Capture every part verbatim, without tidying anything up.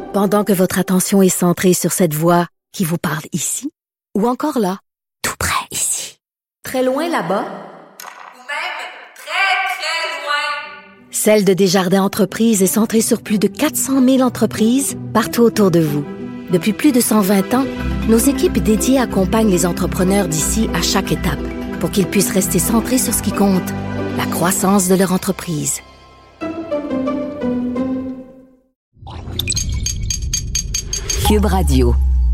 Pendant que votre attention est centrée sur cette voix qui vous parle ici, ou encore là, tout près ici, très loin là-bas, ou même très, très loin. Celle de Desjardins Entreprises est centrée sur plus de quatre cent mille entreprises partout autour de vous. Depuis plus de cent vingt ans, nos équipes dédiées accompagnent les entrepreneurs d'ici à chaque étape pour qu'ils puissent rester centrés sur ce qui compte, la croissance de leur entreprise. Cube Radio.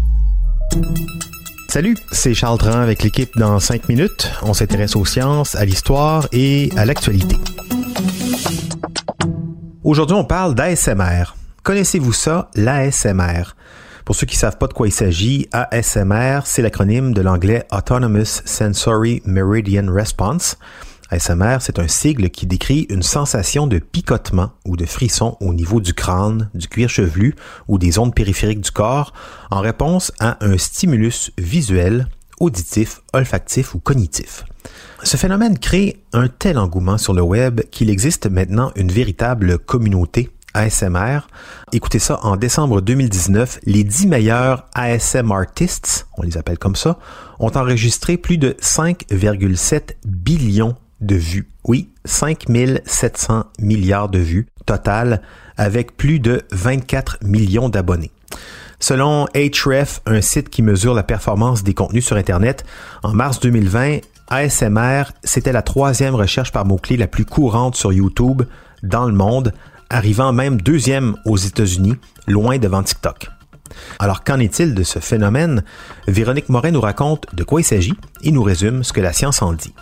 Salut, c'est Charles Tran avec l'équipe dans cinq minutes. On s'intéresse aux sciences, à l'histoire et à l'actualité. Aujourd'hui, on parle d'A S M R. Connaissez-vous ça, l'A S M R? Pour ceux qui ne savent pas de quoi il s'agit, A S M R, c'est l'acronyme de l'anglais Autonomous Sensory Meridian Response. A S M R, c'est un sigle qui décrit une sensation de picotement ou de frisson au niveau du crâne, du cuir chevelu ou des zones périphériques du corps en réponse à un stimulus visuel, auditif, olfactif ou cognitif. Ce phénomène crée un tel engouement sur le web qu'il existe maintenant une véritable communauté A S M R. Écoutez ça, en décembre deux mille dix-neuf, les dix meilleurs A S M artists, on les appelle comme ça, ont enregistré plus de cinq virgule sept billions de vues. Oui, cinq mille sept cents milliards de vues total avec plus de vingt-quatre millions d'abonnés. Selon Ahrefs, un site qui mesure la performance des contenus sur Internet, en mars deux mille vingt, A S M R, c'était la troisième recherche par mots-clés la plus courante sur YouTube dans le monde, arrivant même deuxième aux États-Unis, loin devant TikTok. Alors, qu'en est-il de ce phénomène? Véronique Morin nous raconte de quoi il s'agit et nous résume ce que la science en dit.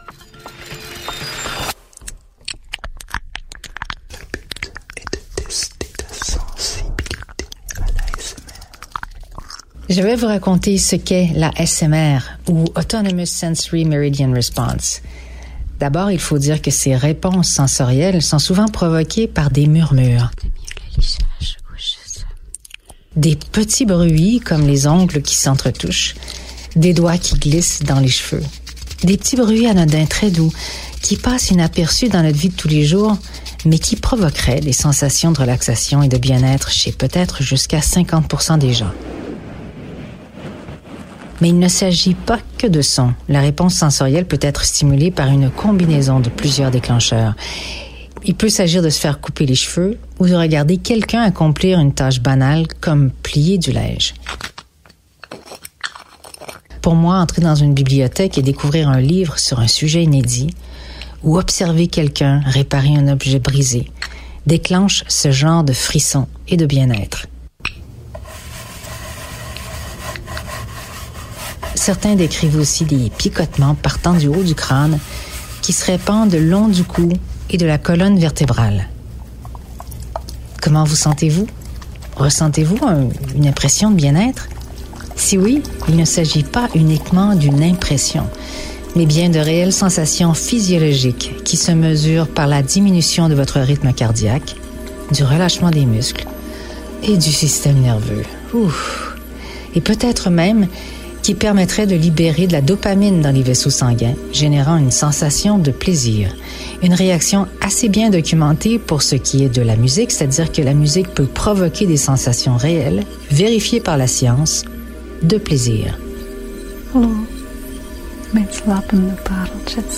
Je vais vous raconter ce qu'est la A S M R, ou Autonomous Sensory Meridian Response. D'abord, il faut dire que ces réponses sensorielles sont souvent provoquées par des murmures. Des petits bruits comme les ongles qui s'entretouchent, des doigts qui glissent dans les cheveux. Des petits bruits anodins très doux qui passent inaperçus dans notre vie de tous les jours, mais qui provoqueraient des sensations de relaxation et de bien-être chez peut-être jusqu'à cinquante pour cent des gens. Mais il ne s'agit pas que de son. La réponse sensorielle peut être stimulée par une combinaison de plusieurs déclencheurs. Il peut s'agir de se faire couper les cheveux ou de regarder quelqu'un accomplir une tâche banale comme plier du linge. Pour moi, entrer dans une bibliothèque et découvrir un livre sur un sujet inédit ou observer quelqu'un réparer un objet brisé déclenche ce genre de frisson et de bien-être. Certains décrivent aussi des picotements partant du haut du crâne qui se répandent le long du cou et de la colonne vertébrale. Comment vous sentez-vous? Ressentez-vous un, une impression de bien-être? Si oui, il ne s'agit pas uniquement d'une impression, mais bien de réelles sensations physiologiques qui se mesurent par la diminution de votre rythme cardiaque, du relâchement des muscles et du système nerveux. Ouf. Et peut-être même qui permettrait de libérer de la dopamine dans les vaisseaux sanguins, générant une sensation de plaisir. Une réaction assez bien documentée pour ce qui est de la musique, c'est-à-dire que la musique peut provoquer des sensations réelles, vérifiées par la science, de plaisir. Hallo, mijn slapende pareltjes.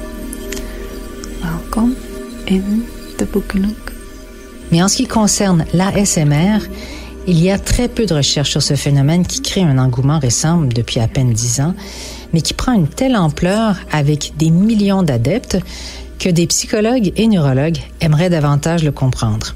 Welkom in de boekenhoek. Mais en ce qui concerne l'A S M R, il y a très peu de recherches sur ce phénomène qui crée un engouement récent depuis à peine dix ans, mais qui prend une telle ampleur avec des millions d'adeptes que des psychologues et neurologues aimeraient davantage le comprendre.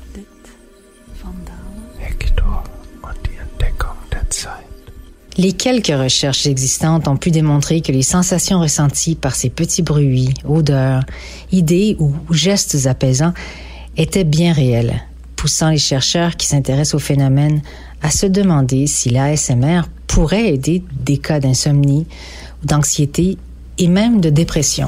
Les quelques recherches existantes ont pu démontrer que les sensations ressenties par ces petits bruits, odeurs, idées ou gestes apaisants étaient bien réelles, poussant les chercheurs qui s'intéressent au phénomène à se demander si l'A S M R pourrait aider des cas d'insomnie, d'anxiété et même de dépression.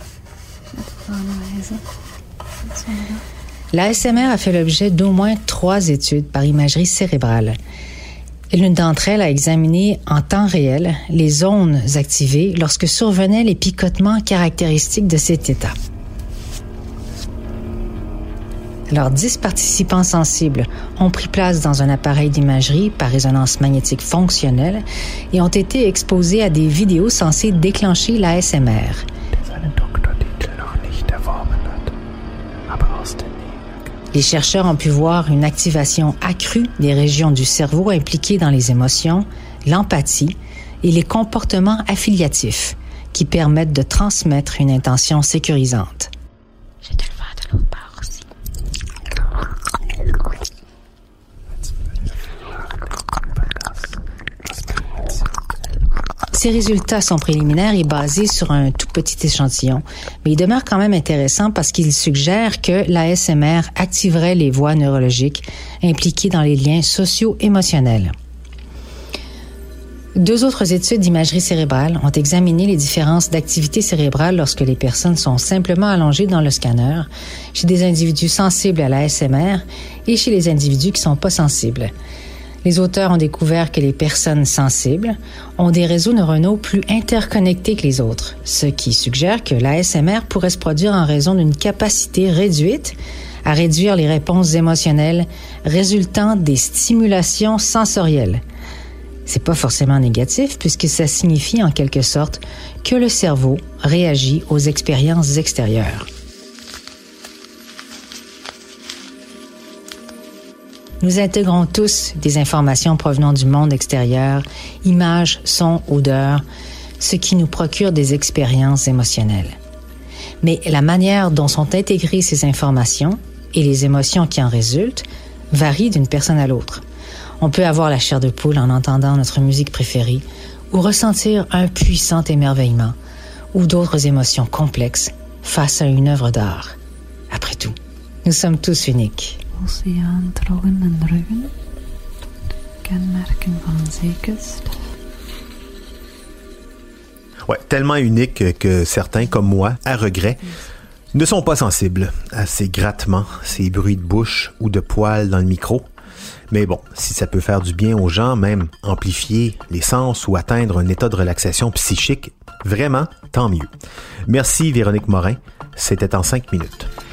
L'A S M R a fait l'objet d'au moins trois études par imagerie cérébrale. L'une d'entre elles a examiné en temps réel les zones activées lorsque survenaient les picotements caractéristiques de cet état. Alors, dix participants sensibles ont pris place dans un appareil d'imagerie par résonance magnétique fonctionnelle et ont été exposés à des vidéos censées déclencher l'A S M R. Les chercheurs ont pu voir une activation accrue des régions du cerveau impliquées dans les émotions, l'empathie et les comportements affiliatifs qui permettent de transmettre une intention sécurisante. Je vais te le faire de l'autre part aussi. Ces résultats sont préliminaires et basés sur un tout petit échantillon, mais ils demeurent quand même intéressants parce qu'ils suggèrent que l'A S M R activerait les voies neurologiques impliquées dans les liens socio-émotionnels. Deux autres études d'imagerie cérébrale ont examiné les différences d'activité cérébrale lorsque les personnes sont simplement allongées dans le scanner, chez des individus sensibles à l'A S M R et chez les individus qui ne sont pas sensibles. Les auteurs ont découvert que les personnes sensibles ont des réseaux neuronaux plus interconnectés que les autres, ce qui suggère que l'A S M R pourrait se produire en raison d'une capacité réduite à réduire les réponses émotionnelles résultant des stimulations sensorielles. C'est pas forcément négatif puisque ça signifie en quelque sorte que le cerveau réagit aux expériences extérieures. Nous intégrons tous des informations provenant du monde extérieur, images, sons, odeurs, ce qui nous procure des expériences émotionnelles. Mais la manière dont sont intégrées ces informations et les émotions qui en résultent varie d'une personne à l'autre. On peut avoir la chair de poule en entendant notre musique préférée ou ressentir un puissant émerveillement ou d'autres émotions complexes face à une œuvre d'art. Après tout, nous sommes tous uniques. Oceaan, troggen en ruggen, kenmerken van zeekust. Ouais, tellement unique que certains, comme moi, à regret, ne sont pas sensibles à ces grattements, ces bruits de bouche ou de poils dans le micro. Mais bon, si ça peut faire du bien aux gens, même amplifier les sens ou atteindre un état de relaxation psychique, vraiment, tant mieux. Merci Véronique Morin, c'était en cinq minutes.